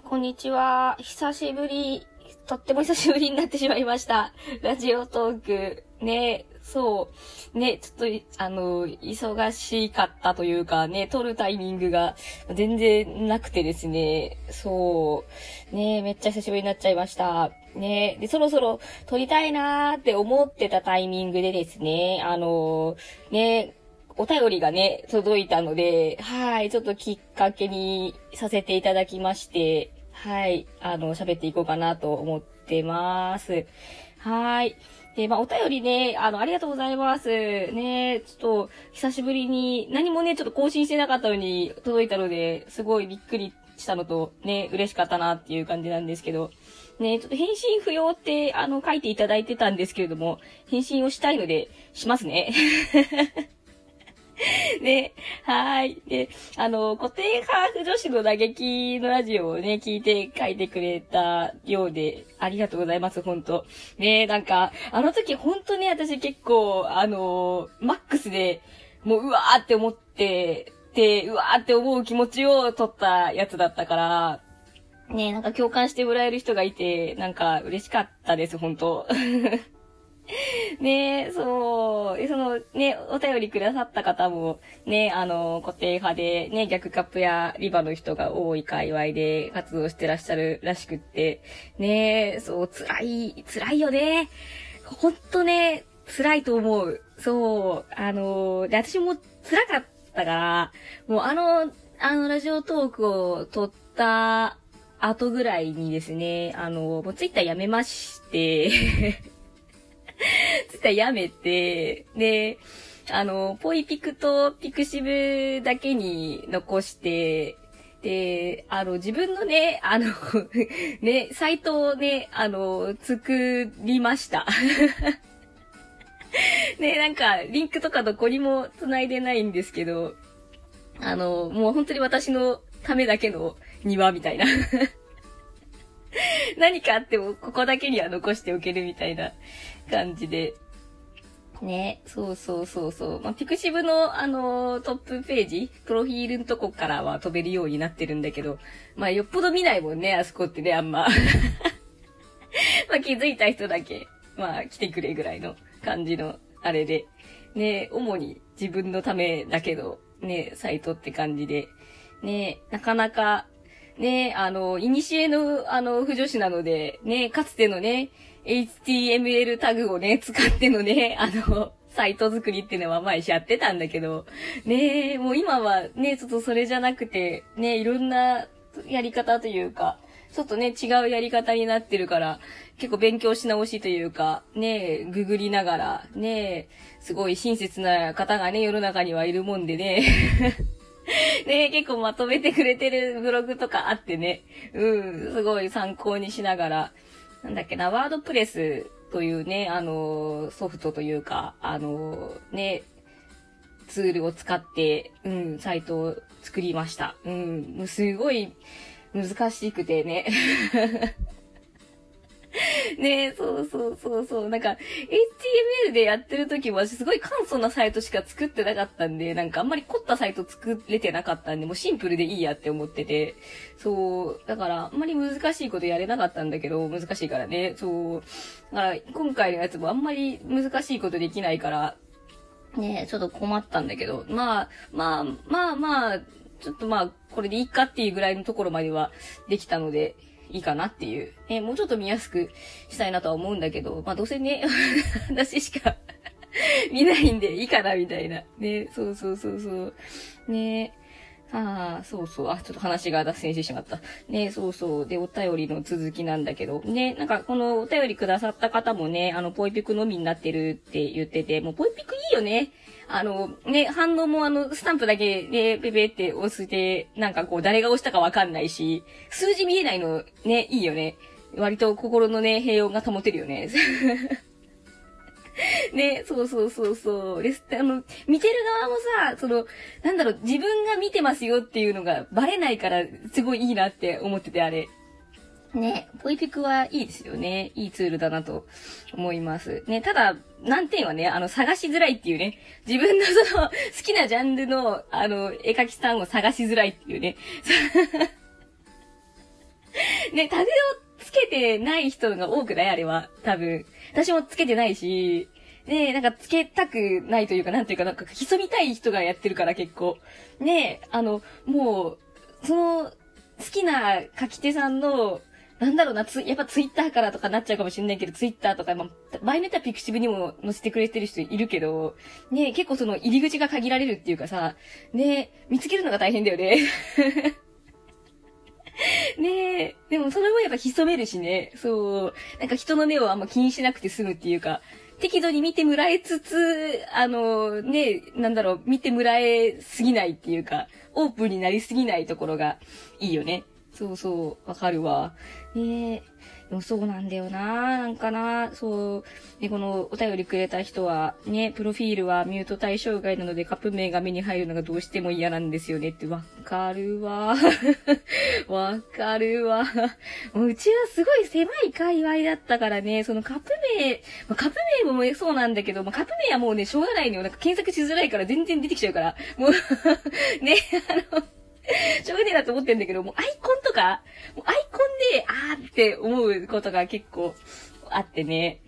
こんにちは。とっても久しぶりになってしまいました。ラジオトーク。ね、そう。ね、ちょっと、忙しかったというかね、撮るタイミングが全然なくてですね。そう。ね、めっちゃ久しぶりになっちゃいました。ね、で、そろそろ撮りたいなーって思ってたタイミングでですね、ね、お便りがね、届いたので、はい、ちょっときっかけにさせていただきまして、はい、喋っていこうかなと思ってます。はい。で、お便りね、ありがとうございます。ね、ちょっと、久しぶりに、何もね、ちょっと更新してなかったのに届いたので、すごいびっくりしたのと、ね、嬉しかったなっていう感じなんですけど、ね、ちょっと返信不要って、書いていただいてたんですけれども、返信をしたいので、しますね。で、はい。で、固定ハーフ女子の打撃のラジオをね、聞いて書いてくれたようで、ありがとうございます、ほんと。ね、なんか、あの時ほんとね、私結構、マックスで、もう、うわーって思って、うわーって思う気持ちを取ったやつだったから、ね、なんか共感してもらえる人がいて、なんか嬉しかったです、ほんと。ねえ、そう。で、お便りくださった方も、ね、固定派で、ね、逆カップやリバの人が多い界隈で活動してらっしゃるらしくって、ねえ、そう、辛いよね。ほんとね、辛いと思う。そう。で、私も辛かったから、もうラジオトークを撮った後ぐらいにですね、もうツイッターやめまして、ツイッターやめて、で、ポイピクとピクシブだけに残して、で、自分のね、ね、サイトをね、作りました。ね、なんか、リンクとかどこにも繋いでないんですけど、もう本当に私のためだけの庭みたいな。何かあっても、ここだけには残しておけるみたいな感じで。ね、そう。ピクシブの、トップページ、プロフィールのとこからは飛べるようになってるんだけど、よっぽど見ないもんね、あそこってね、あんま。気づいた人だけ、来てくれぐらいの感じの、あれで。ね、主に自分のためだけど、ね、サイトって感じで。ね、なかなか、ね、古の、不女子なので、ね、かつてのね、HTML タグをね、使ってのね、サイト作りっていうのは前やってたんだけど、ね、もう今はね、ちょっとそれじゃなくて、ね、いろんなやり方というか、ちょっとね、違うやり方になってるから、結構勉強し直しというか、ね、ググりながら、ね、すごい親切な方がね、世の中にはいるもんでね、ね、結構まとめてくれてるブログとかあってね、すごい参考にしながら、なんだっけな、ワードプレスというね、ソフトというか、ね、ツールを使って、サイトを作りました。もうすごい難しくてね。ね、そう。なんか、HTML でやってる時も私すごい簡素なサイトしか作ってなかったんで、なんかあんまり凝ったサイト作れてなかったんで、もうシンプルでいいやって思ってて、そう、だからあんまり難しいことやれなかったんだけど、難しいからね、そう、だから今回のやつもあんまり難しいことできないから、ね、ちょっと困ったんだけど、ちょっとこれでいいかっていうぐらいのところまではできたので、いいかなっていう。ね、もうちょっと見やすくしたいなとは思うんだけど、どうせね、私しか見ないんでいいかなみたいな。ね、そう。ね、ちょっと話が脱線してしまった。ね、そう。で、お便りの続きなんだけど、ね、なんかこのお便りくださった方もね、ポイピクのみになってるって言ってて、もうポイピクいいよね。ね、反応もスタンプだけで、ペペって押して、なんかこう、誰が押したかわかんないし、数字見えないの、ね、いいよね。割と心のね、平穏が保てるよね。ね、そう。で、見てる側もさ、自分が見てますよっていうのがバレないから、すごいいいなって思ってて、あれ。ね、ポイピクはいいですよね。いいツールだなと思います。ね、ただ、難点はね、探しづらいっていうね。自分の好きなジャンルの、絵描きさんを探しづらいっていうね。 ね、タグをつけてない人が多くないあれは。多分。私もつけてないし、ねなんかつけたくないというか、なんていうか、なんか潜みたい人がやってるから結構。ねもう、その、好きな書き手さんの、なんだろうな、やっぱツイッターからとかなっちゃうかもしれないけど、ツイッターとか、まあ、場合によってはピクシブにも載せてくれてる人いるけど、ね結構その入り口が限られるっていうかさ、ね見つけるのが大変だよね。ねでもそれもやっぱ潜めるしね、そう、なんか人の目をあんま気にしなくて済むっていうか、適度に見てもらえつつ、なんだろう、見てもらえすぎないっていうか、オープンになりすぎないところがいいよね。そうそう、わかるわ。ねでもそうなんだよな、なんかな、そう。で、このお便りくれた人は、ね、プロフィールはミュート対象外なのでカップ名が目に入るのがどうしても嫌なんですよねって、わかるわ。わかるわ。もううちはすごい狭い界隈だったからね、そのカップ名もそうなんだけど、カップ名はもうね、しょうがないのよ。なんか検索しづらいから全然出てきちゃうから。もうね、しょうがねえなと思ってんだけど、もうアイコンとか、もうアイコンで、って思うことが結構あってね。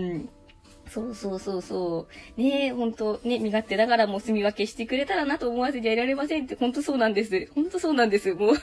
そう。ねほんと、ね、身勝手だからもう住み分けしてくれたらなと思わせてはいられませんって、ほんとそうなんです。ほんとそうなんです。もう。ね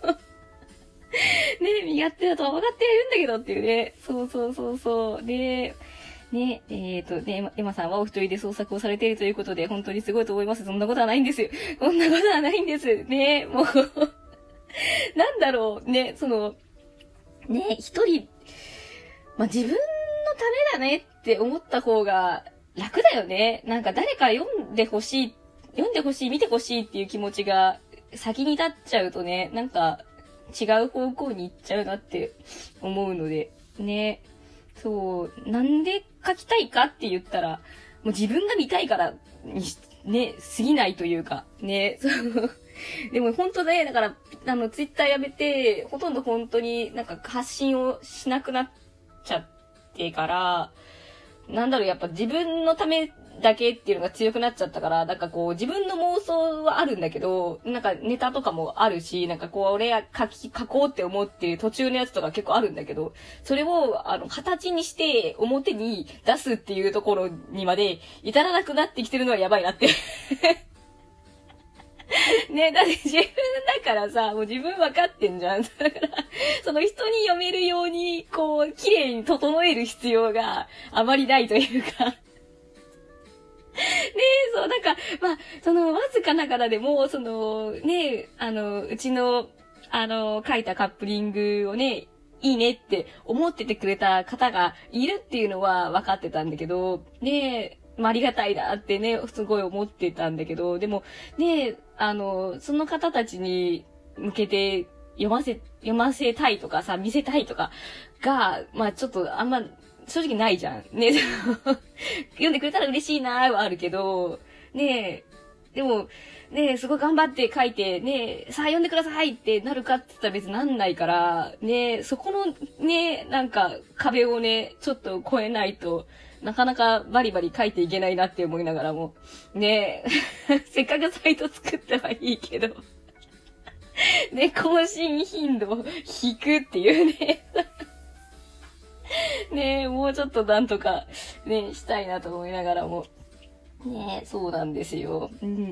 身勝手だとは分かってはいるんだけどっていうね。そう。ねエマさんはお一人で創作をされているということで、本当にすごいと思います。そんなことはないんですよ。そんなことはないんです。ねもうなんだろう、ね、一人、自分のためだねって思った方が楽だよね。なんか誰か読んでほしい、見てほしいっていう気持ちが先に立っちゃうとね、なんか違う方向に行っちゃうなって思うので、ね。そう、なんで書きたいかって言ったら、もう自分が見たいからにね、過ぎないというか、ね、でも本当ね、だから、ツイッターやめて、ほとんど本当になんか発信をしなくなっちゃってから、なんだろう、やっぱ自分のためだけっていうのが強くなっちゃったから、なんかこう自分の妄想はあるんだけど、なんかネタとかもあるし、なんかこう俺が書こうって思ってる途中のやつとか結構あるんだけど、それを形にして表に出すっていうところにまで至らなくなってきてるのはやばいなって。ね、だって自分だからさ、もう自分分かってんじゃん。だから、その人に読めるように、こう、綺麗に整える必要があまりないというか。ねそう、なんか、わずかながらでも、うちの、書いたカップリングをね、いいねって思っててくれた方がいるっていうのは分かってたんだけど、ねありがたいなってね、すごい思ってたんだけど、でも、ねその方たちに向けて読ませたいとかさ、見せたいとかが、ちょっとあんま、正直ないじゃん。ね読んでくれたら嬉しいなーはあるけど、でも、すごい頑張って書いて、さあ読んでくださいってなるかって言ったら別になんないから、そこのなんか壁をちょっと越えないと、なかなかバリバリ書いていけないなって思いながらも、せっかくサイト作ったはいいけど、更新頻度を引くっていうもうちょっとなんとか、したいなと思いながらも。そうなんですよ。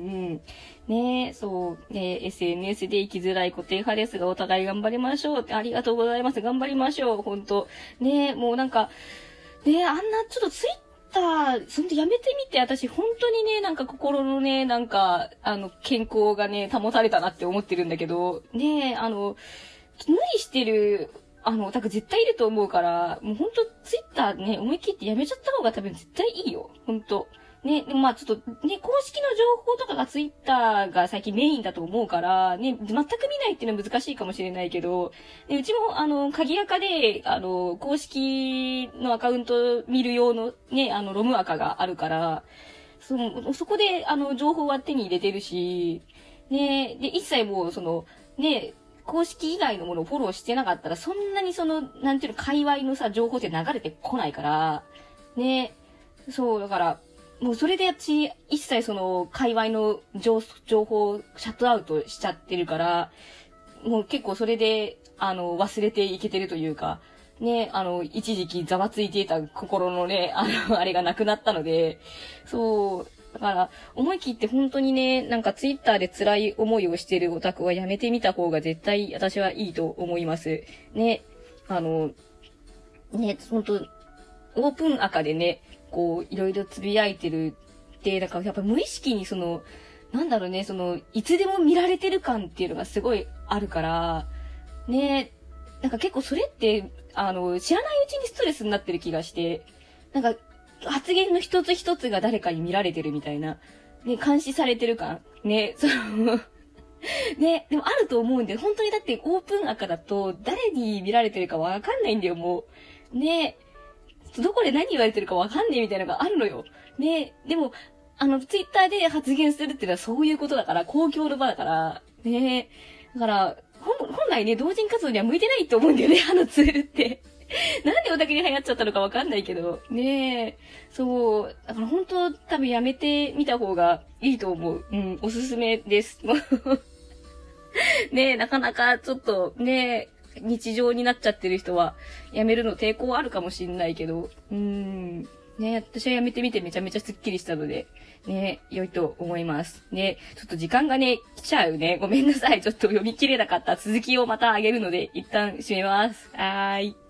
そう。SNS で生きづらい固定派ですが、お互い頑張りましょうって、ありがとうございます。頑張りましょう。ほんと。もうなんか、あんな、ちょっとツイッター、そんとやめてみて、私本当になんか心のなんか、健康が保たれたなって思ってるんだけど、無理してる、オタク絶対いると思うから、もうほんとツイッター思い切ってやめちゃった方が多分絶対いいよ。ほんと。でもちょっと公式の情報とかがツイッターが最近メインだと思うから、全く見ないっていうのは難しいかもしれないけど、うちも鍵垢で、公式のアカウント見る用のロムアカがあるから、そこで情報は手に入れてるし、で、一切もう公式以外のものをフォローしてなかったら、そんなになんていうの、界隈のさ、情報って流れてこないから、そう、だから、もうそれで一切界隈の情報をシャットアウトしちゃってるから、もう結構それで、 忘れていけてるというか、ね、一時期ざわついていた心のね、あれがなくなったので、そう、だから、思い切って本当にね、なんかツイッターで辛い思いをしてるオタクはやめてみた方が絶対私はいいと思います。ね、ね、本当オープン赤でね、こう、いろいろつぶやいてるって、だからやっぱ無意識になんだろうね、いつでも見られてる感っていうのがすごいあるから、ね、なんか結構それって、知らないうちにストレスになってる気がして、なんか、発言の一つ一つが誰かに見られてるみたいな、ね、監視されてる感、ね、ね、でもあると思うんで、本当にだってオープン赤だと、誰に見られてるかわかんないんだよ、もう。ね、どこで何言われてるかわかんねえみたいなのがあるのよ。ね、でも、ツイッターで発言するっていうのはそういうことだから、公共の場だから、ね、だから、本来ね、同人活動には向いてないと思うんだよね、ツールって。なんでオタクに流行っちゃったのかわかんないけど。ねえ。そう。だから本当多分やめてみた方がいいと思う。うん、おすすめです。ねえ、なかなかちょっとね、日常になっちゃってる人はやめるの抵抗あるかもしんないけど。ね、私はやめてみてめちゃめちゃスッキリしたので、ね、良いと思います。ね、ちょっと時間がね、来ちゃうね。ごめんなさい。ちょっと読み切れなかった続きをまたあげるので、一旦閉めます。はーい。